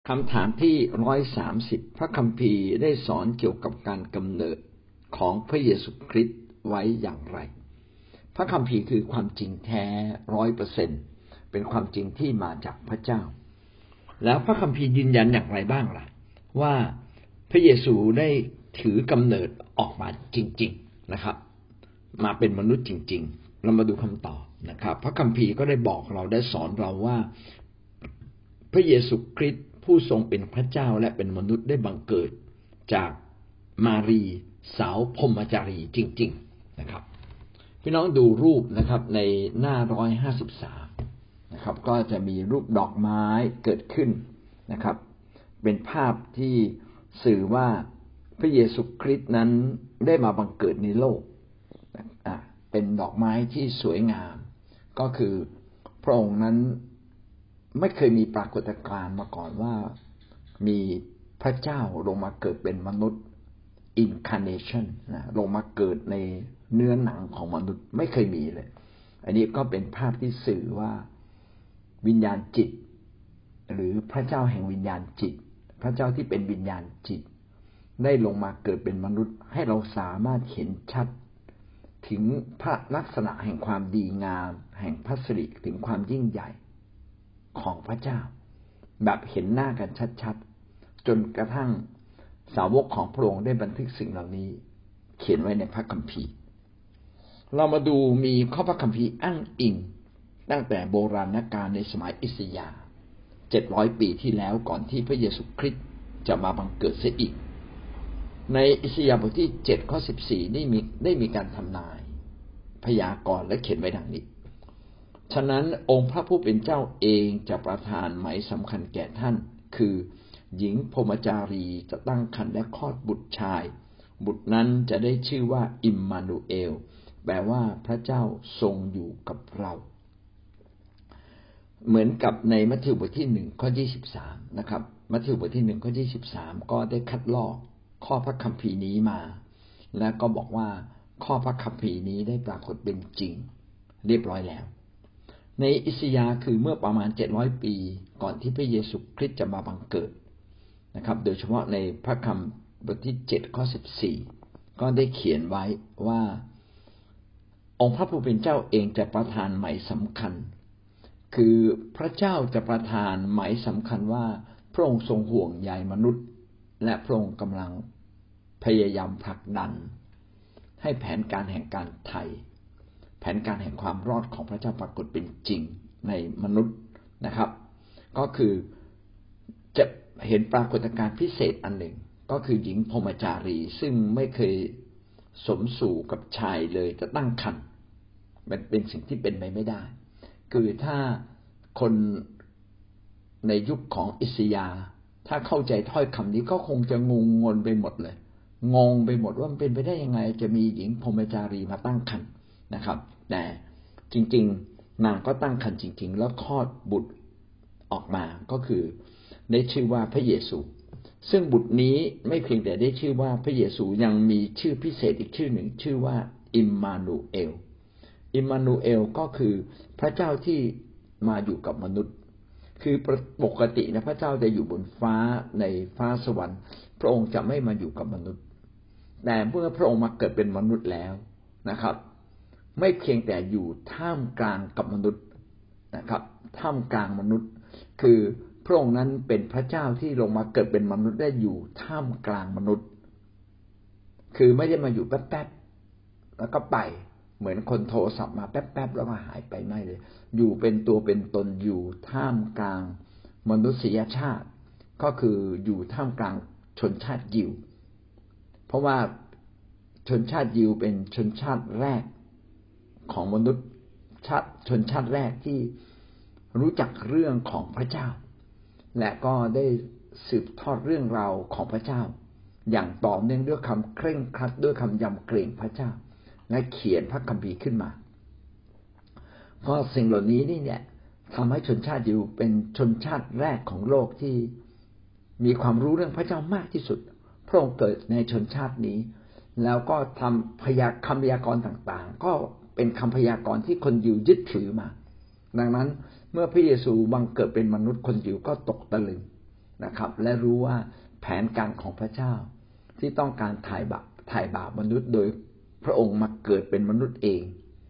คำถามที่130พระคัมภีร์ได้สอนเกี่ยวกับการกำเนิดของพระเยซูคริสต์ไว้อย่างไรพระคัมภีร์คือความจริงแท้ 100% เป็นความจริงที่มาจากพระเจ้าแล้วพระคัมภีร์ยืนยันอย่างไรบ้างล่ะว่าพระเยซูได้ถือกำเนิดออกมาจริงๆนะครับมาเป็นมนุษย์จริงๆเรามาดูคำตอบนะครับพระคัมภีร์ก็ได้บอกเราได้สอนเราว่าพระเยซูคริสต์ผู้ทรงเป็นพระเจ้าและเป็นมนุษย์ได้บังเกิดจากมารีสาวพรหมจารีจริงๆนะครับพี่น้องดูรูปนะครับในหน้า153นะครับก็จะมีรูปดอกไม้เกิดขึ้นนะครับเป็นภาพที่สื่อว่าพระเยซูคริสต์นั้นได้มาบังเกิดในโลกเป็นดอกไม้ที่สวยงามก็คือพระองค์นั้นไม่เคยมีปรากฏการณ์มาก่อนว่ามีพระเจ้าลงมาเกิดเป็นมนุษย์ incarnation ลงมาเกิดในเนื้อหนังของมนุษย์ไม่เคยมีเลยอันนี้ก็เป็นภาพที่สื่อว่าวิญญาณจิตหรือพระเจ้าแห่งวิญญาณจิตพระเจ้าที่เป็นวิญญาณจิตได้ลงมาเกิดเป็นมนุษย์ให้เราสามารถเห็นชัดถึงพระลักษณะแห่งความดีงามแห่งพระสิริถึงความยิ่งใหญ่ของพระเจ้าแบบเห็นหน้ากันชัดๆจนกระทั่งสาวกของพระองค์ได้บันทึกสิ่งเหล่านี้เขียนไว้ในพระคัมภีร์เรามาดูมีข้อพระคัมภีร์อ้างอิงตั้งแต่โบราณกาลในสมัยอิสยาห์700ปีที่แล้วก่อนที่พระเยซูคริสต์จะมาบังเกิดเสียอีกในอิสยาห์บทที่7ข้อ14ได้มีการทำนายพยากรณ์และเขียนไว้ดังนี้ฉะนั้นองค์พระผู้เป็นเจ้าเองจะประทานหมายสำคัญแก่ท่านคือหญิงพรหมจารีจะตั้งครรภ์และคลอดบุตรชายบุตรนั้นจะได้ชื่อว่าอิมมานูเอลแปลว่าพระเจ้าทรงอยู่กับเราเหมือนกับในมัทธิวบทที่1ข้อ23นะครับมัทธิวบทที่1ข้อ23ก็ได้คัดลอกข้อพระคัมภีร์นี้มาและก็บอกว่าข้อพระคัมภีร์นี้ได้ปรากฏเป็นจริงเรียบร้อยแล้วในอิสยาห์คือเมื่อประมาณ700ปีก่อนที่พระเยซูคริสต์จะมาบังเกิดนะครับโดยเฉพาะในพระคัมภีร์บทที่7ข้อ14ก็ได้เขียนไว้ว่าองค์พระผู้เป็นเจ้าเองจะประทานหมายสำคัญคือพระเจ้าจะประทานหมายสำคัญว่าพระองค์ทรงห่วงใยมนุษย์และพระองค์กำลังพยายามผลักดันให้แผนการแห่งการไถ่แผนการแห่งความรอดของพระเจ้าปรากฏเป็นจริงในมนุษย์นะครับก็คือจะเห็นปรากฏการณ์พิเศษอันหนึ่งก็คือหญิงพรหมจารีซึ่งไม่เคยสมสู่กับชายเลยจะตั้งครรภ์มันเป็นสิ่งที่เป็นไปไม่ได้คือถ้าคนในยุคของอิสยาห์ถ้าเข้าใจถ้อยคำนี้ก็คงจะงงไปหมดเลยงงไปหมดว่ามันเป็นไปได้ยังไงจะมีหญิงพรหมจารีมาตั้งครรภ์นะครับแต่จริงๆนางก็ตั้งครรภ์จริงๆแล้วคลอดบุตรออกมาก็คือได้ชื่อว่าพระเยซูซึ่งบุตรนี้ไม่เพียงแต่ได้ชื่อว่าพระเยซูยังมีชื่อพิเศษอีกชื่อหนึ่งชื่อว่าอิมมานูเอลอิมมานูเอลก็คือพระเจ้าที่มาอยู่กับมนุษย์คือปกตินะพระเจ้าจะอยู่บนฟ้าในฟ้าสวรรค์พระองค์จะไม่มาอยู่กับมนุษย์แต่เมื่อพระองค์มาเกิดเป็นมนุษย์แล้วนะครับไม่เพียงแต่อยู่ท่ามกลางกับมนุษย์นะครับท่ามกลางมนุษย์คือพระองค์นั้นเป็นพระเจ้าที่ลงมาเกิดเป็นมนุษย์ได้อยู่ท่ามกลางมนุษย์คือไม่ได้มาอยู่แป๊บๆแล้วก็ไปเหมือนคนโทรศัพท์มาแป๊บๆแล้วก็หายไปไม่เลยอยู่เป็นตัวเป็นตนอยู่ท่ามกลางมนุษยชาติก็คืออยู่ท่ามกลางชนชาติยิวเพราะว่าชนชาติยิวเป็นชนชาติแรกของมนุษย์ชนชาติแรกที่รู้จักเรื่องของพระเจ้าและก็ได้สืบทอดเรื่องราวของพระเจ้าอย่างต่อเนื่องด้วยคำเคร่งครัดด้วยคำยำเกรงพระเจ้าและเขียนพระคัมภีร์ขึ้นมาเพราะสิ่งเหล่านี้นี่เนี่ยทำให้ชนชาติยิวเป็นชนชาติแรกของโลกที่มีความรู้เรื่องพระเจ้ามากที่สุดพระองค์เกิดในชนชาตินี้แล้วก็ทำคำพยากรณ์ต่างๆก็เป็นคำพยากรณ์ที่คนยิวยึดถือมาดังนั้นเมื่อพระเยซูบังเกิดเป็นมนุษย์คนยิวก็ตกตะลึงนะครับและรู้ว่าแผนการของพระเจ้าที่ต้องการไถ่บาปมนุษย์โดยพระองค์มาเกิดเป็นมนุษย์เอง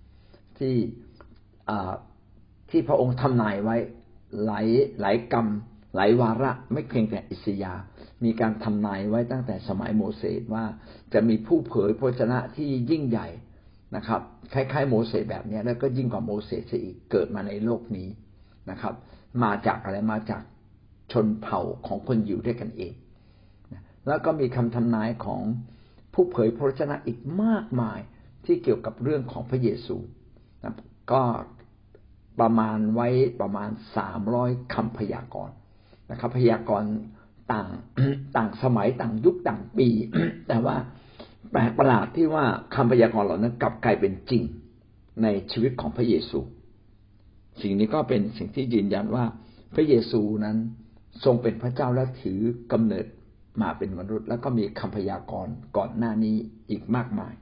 ที่พระองค์ทำนายไว้หลายกรรมหลายวาระไม่เพียงแต่อิสยาห์มีการทำนายไว้ตั้งแต่สมัยโมเสสว่าจะมีผู้เผยพระวจนะที่ยิ่งใหญ่นะครับคล้ายๆโมเสสแบบนี้แล้วก็ยิ่งกว่าโมเสสอีกเกิดมาในโลกนี้นะครับมาจากอะไรมาจากชนเผ่าของคนยิวด้วยกันเองแล้วก็มีคำทำนายของผู้เผยพระวจนะอีกมากมายที่เกี่ยวกับเรื่องของพระเยซูนะก็ประมาณ300คำพยากรณ์นะครับพยากรณ์ต่างสมัยต่างยุคต่างปี แต่ว่าแปลกประหลาดที่ว่าคำพยากรณ์เหล่านั้นกลับกลายเป็นจริงในชีวิตของพระเยซูสิ่งนี้ก็เป็นสิ่งที่ยืนยันว่าพระเยซูนั้นทรงเป็นพระเจ้าและถือกำเนิดมาเป็นมนุษย์แล้วก็มีคำพยากรณ์ก่อนหน้านี้อีกมากมาย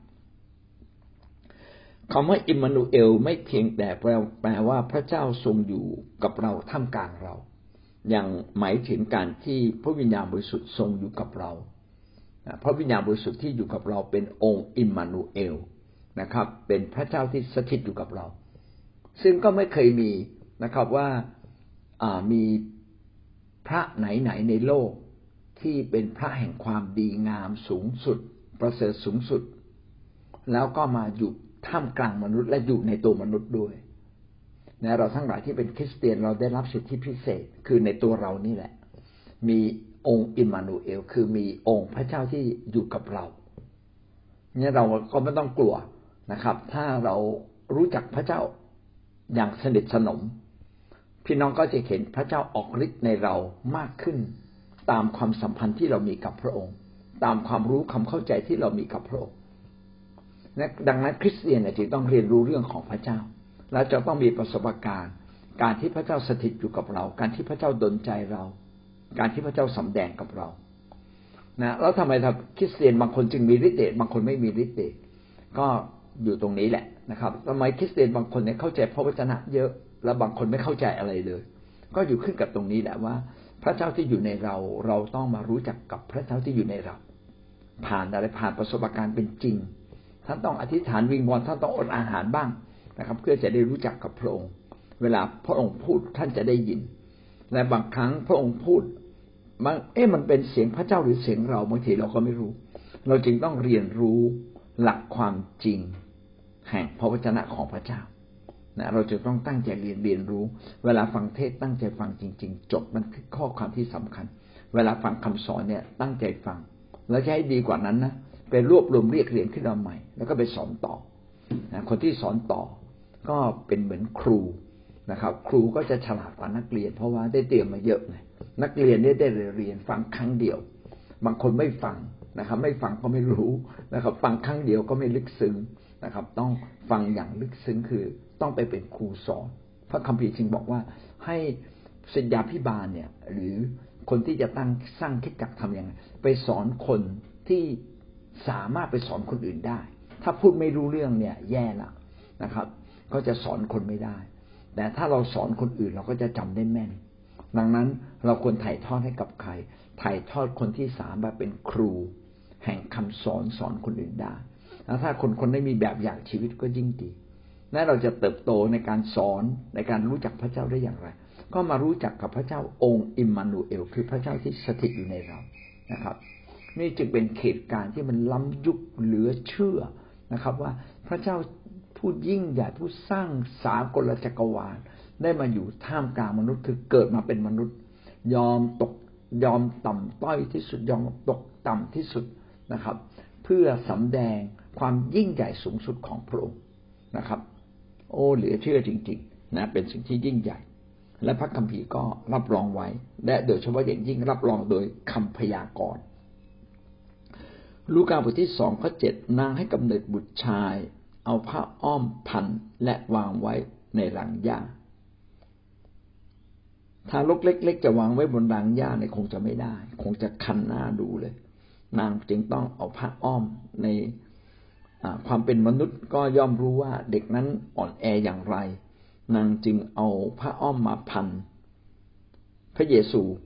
คำว่าอิมมานูเอลไม่เพียงแต่แปลว่าพระเจ้าทรงอยู่กับเราท่ามกลางเรายังหมายถึงการที่พระวิญญาณบริสุทธิ์ทรงอยู่กับเราพระวิญญาณบริสุทธิ์ที่อยู่กับเราเป็นองค์อิมมานูเอลนะครับเป็นพระเจ้าที่สถิตอยู่กับเราซึ่งก็ไม่เคยมีนะครับว่ามีพระไหนในโลกที่เป็นพระแห่งความดีงามสูงสุดประเสริฐสูงสุดแล้วก็มาอยู่ท่ามกลางมนุษย์และอยู่ในตัวมนุษย์ด้วยนะเราทั้งหลายที่เป็นคริสเตียนเราได้รับสิทธิพิเศษคือในตัวเรานี่แหละมีองค์อิมมานูเอลคือมีองค์พระเจ้าที่อยู่กับเราเนี่ยเราก็ไม่ต้องกลัวนะครับถ้าเรารู้จักพระเจ้าอย่างสนิทสนมพี่น้องก็จะเห็นพระเจ้าออกฤทธิ์ในเรามากขึ้นตามความสัมพันธ์ที่เรามีกับพระองค์ตามความรู้ความเข้าใจที่เรามีกับพระองค์ดังนั้นคริสเตียนจึงต้องเรียนรู้เรื่องของพระเจ้าและจะต้องมีประสบการณ์การที่พระเจ้าสถิตอยู่กับเราการที่พระเจ้าดลใจเราการที่พระเจ้าสำแดงกับเรานะแล้วทำไมคริสเตียนบางคนจึงมีฤทธิ์เดชบางคนไม่มีฤทธิ์เดชก็อยู่ตรงนี้แหละนะครับทำไมคริสเตียนบางคนเนี่ยเข้าใจพระวจนะเยอะแล้วบางคนไม่เข้าใจอะไรเลยก็อยู่ขึ้นกับตรงนี้แหละว่าพระเจ้าที่อยู่ในเราเราต้องมารู้จักกับพระเจ้าที่อยู่ในเราผ่านอะไรผ่านประสบการณ์เป็นจริงท่านต้องอธิษฐานวิงวอนท่านต้องอดอาหารบ้างนะครับเพื่อจะได้รู้จักกับพระองค์เวลาพระองค์พูดท่านจะได้ยินและบางครั้งพระองค์พูดมันเป็นเสียงพระเจ้าหรือเสียงเราบางทีเราก็ไม่รู้เราจึงต้องเรียนรู้หลักความจริงแห่งพระวจนะของพระเจ้านะเราจะต้องตั้งใจเรียนรู้เวลาฟังเทศตั้งใจฟังจริงๆจดบันทึกข้อความที่สำคัญเวลาฟังคำสอนเนี่ยตั้งใจฟังแล้วจะให้ดีกว่านั้นนะไปรวบรวมเรียกเรียนขึ้นมาใหม่แล้วก็ไปสอนต่อนะคนที่สอนต่อก็เป็นเหมือนครูนะครับครูก็จะฉลาดกว่านักเรียนเพราะว่าได้เตรียมมาเยอะไงนักเรียนได้เรียนฟังครั้งเดียวบางคนไม่ฟังนะครับไม่ฟังก็ไม่รู้นะครับฟังครั้งเดียวก็ไม่ลึกซึ้งนะครับต้องฟังอย่างลึกซึ้งคือต้องไปเป็นครูสอนพระคัมภีร์จึงบอกว่าให้ศิษยาภิบาลเนี่ยหรือคนที่จะสร้างคริสตจักรทำยังไงไปสอนคนที่สามารถไปสอนคนอื่นได้ถ้าพูดไม่รู้เรื่องเนี่ยแย่ละนะครับก็จะสอนคนไม่ได้แต่ถ้าเราสอนคนอื่นเราก็จะจำได้แม่นดังนั้นเราควรถ่ายทอดให้กับใครถ่ายทอดคนที่สามารถเป็นครูแห่งคำสอนคนอื่นได้แล้วถ้าคนได้มีแบบอย่างชีวิตก็ยิ่งดีและเราจะเติบโตในการสอนในการรู้จักพระเจ้าได้อย่างไรก็มารู้จักกับพระเจ้าองค์อิมมานูเอลคือพระเจ้าที่สถิตอยู่ในเรานะครับนี่จึงเป็นเหตุการณ์ที่มันล้ำยุคเหลือเชื่อนะครับว่าพระเจ้าผู้ยิ่งใหญ่ผู้สร้างสากลจักรวาลได้มาอยู่ท่ามกลางมนุษย์คือเกิดมาเป็นมนุษย์ยอมต่ำต้อยที่สุดยอมตกต่ำที่สุดนะครับเพื่อสำแดงความยิ่งใหญ่สูงสุดของพระองค์นะครับโอ้เหลือเชื่อจริงๆนะเป็นสิ่งที่ยิ่งใหญ่และพระคัมภีร์ก็รับรองไว้และโดยเฉพาะอย่างยิ่งรับรองโดยคำพยากรณ์ลูกาบทที่2ข้อ7นางให้กำเนิดบุตรชายเอาผ้าอ้อมพันและวางไว้ในรังหญ้าทารกเล็กๆจะวางไว้บนรังหญ้าเนี่ยคงจะไม่ได้คงจะคันหน้าดูเลยนางจึงต้องเอาผ้าอ้อมในความเป็นมนุษย์ก็ย่อมรู้ว่าเด็กนั้นอ่อนแออย่างไรนางจึงเอาผ้าอ้อมมาพันพระเยซู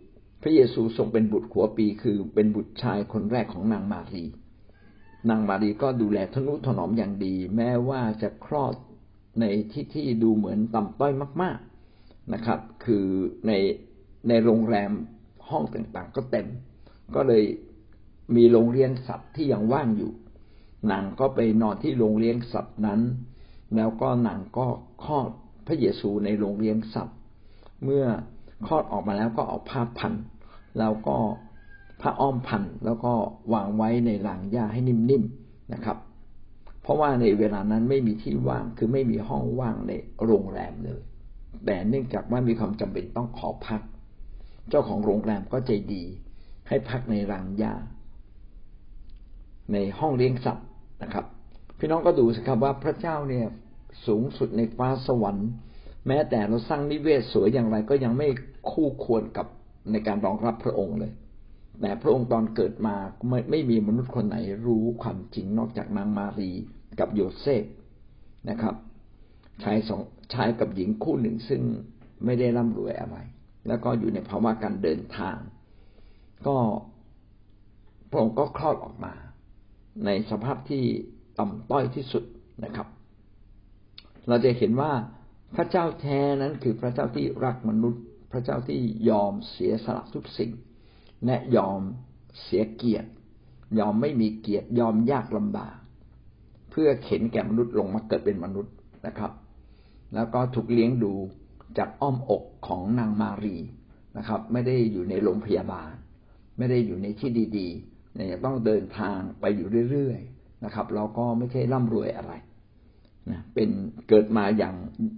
พระเยซูทรงเป็นบุตรหัวปีคือเป็นบุตรชายคนแรกของนางมารีนางมารีก็ดูแลทนุถนอมอย่างดีแม้ว่าจะคลอดในที่ดูเหมือนต่ำต้อยมากๆนะครับคือในโรงแรมห้องต่างๆก็เต็มก็เลยมีโรงเลี้ยงสัตว์ที่ยังว่างอยู่นางก็ไปนอนที่โรงเลี้ยงสัตว์นั้นแล้วก็นางก็คลอดพระเยซูในโรงเลี้ยงสัตว์เมื่อคลอดออกมาแล้วก็เอาผ้าพันแล้วก็ผ้าอ้อมพันแล้วก็วางไว้ในรางหญ้าให้นิ่มๆนะครับเพราะว่าในเวลานั้นไม่มีที่ว่างคือไม่มีห้องว่างในโรงแรมเลยแต่เนื่องจากว่ามีความจำเป็นต้องขอพักเจ้าของโรงแรมก็ใจดีให้พักในรางหญ้าในห้องเลี้ยงสัตว์นะครับพี่น้องก็ดูสิครับว่าพระเจ้าเนี่ยสูงสุดในฟ้าสวรรค์แม้แต่เราสร้างนิเวศสวยอย่างไรก็ยังไม่คู่ควรกับในการรองรับพระองค์เลยแต่พระองค์ตอนเกิดมาไม่มีมนุษย์คนไหนรู้ความจริงนอกจากนางมารีกับโยเซฟนะครับชายกับหญิงคู่หนึ่งซึ่งไม่ได้ร่ำรวยอะไรแล้วก็อยู่ในภาวะการเดินทางก็พระองค์ก็คลอดออกมาในสภาพที่ต่ำต้อยที่สุดนะครับเราจะเห็นว่าพระเจ้าแท้นั้นคือพระเจ้าที่รักมนุษย์พระเจ้าที่ยอมเสียสละทุกสิ่งและยอมเสียเกียรติยอมไม่มีเกียรติยอมยากลำบากเพื่อเข็นแก่มนุษย์ลงมาเกิดเป็นมนุษย์นะครับแล้วก็ถูกเลี้ยงดูจากอ้อมอกของนางมารีนะครับไม่ได้อยู่ในโรงพยาบาลไม่ได้อยู่ในที่ดีๆเนี่ยต้องเดินทางไปอยู่เรื่อยๆนะครับเราก็ไม่ใช่ร่ำรวยอะไรนะเป็นเกิดมาอย่าง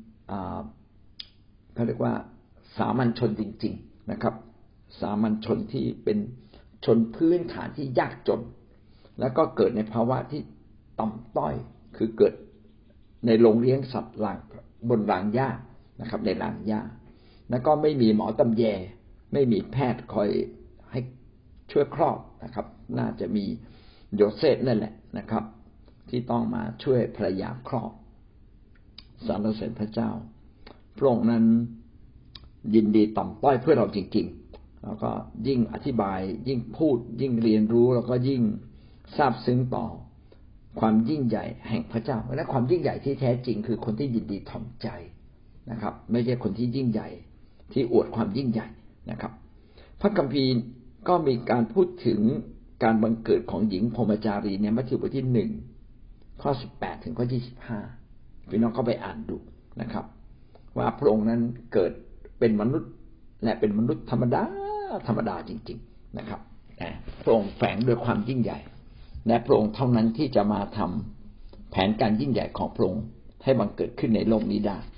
เขาเรียกว่าสามัญชนจริงๆนะครับสามัญชนที่เป็นชนพื้นฐานที่ยากจนแล้วก็เกิดในภาวะที่ต่ำต้อยคือเกิดในโรงเลี้ยงสัตว์บนรางหญ้านะครับในรางหญ้าแล้วก็ไม่มีหมอตำแยไม่มีแพทย์คอยให้ช่วยคลอดนะครับน่าจะมีโยเซฟนั่นแหละนะครับที่ต้องมาช่วยภรรยาคลอดสรรเสริญพระเจ้าพระองค์นั้นยินดีต่ำต้อยเพื่อเราจริงๆแล้วก็ยิ่งอธิบายยิ่งพูดยิ่งเรียนรู้แล้วก็ยิ่งซาบซึ้งต่อความยิ่งใหญ่แห่งพระเจ้าและความยิ่งใหญ่ที่แท้จริงคือคนที่ยินดีถ่อมใจนะครับไม่ใช่คนที่ยิ่งใหญ่ที่อวดความยิ่งใหญ่นะครับพระคัมภีร์ก็มีการพูดถึงการบังเกิดของหญิงพรหมจารีในมัทธิวบทที่1ข้อ18ถึงข้อ25พี่น้องก็ไปอ่านดูนะครับว่าพระองค์นั้นเกิดเป็นมนุษย์และเป็นมนุษย์ธรรมดาจริงๆนะครับแต่พระองค์แฝงด้วยความยิ่งใหญ่และพระองค์เท่านั้นที่จะมาทำแผนการยิ่งใหญ่ของพระองค์ให้บังเกิดขึ้นในโลกนี้ได้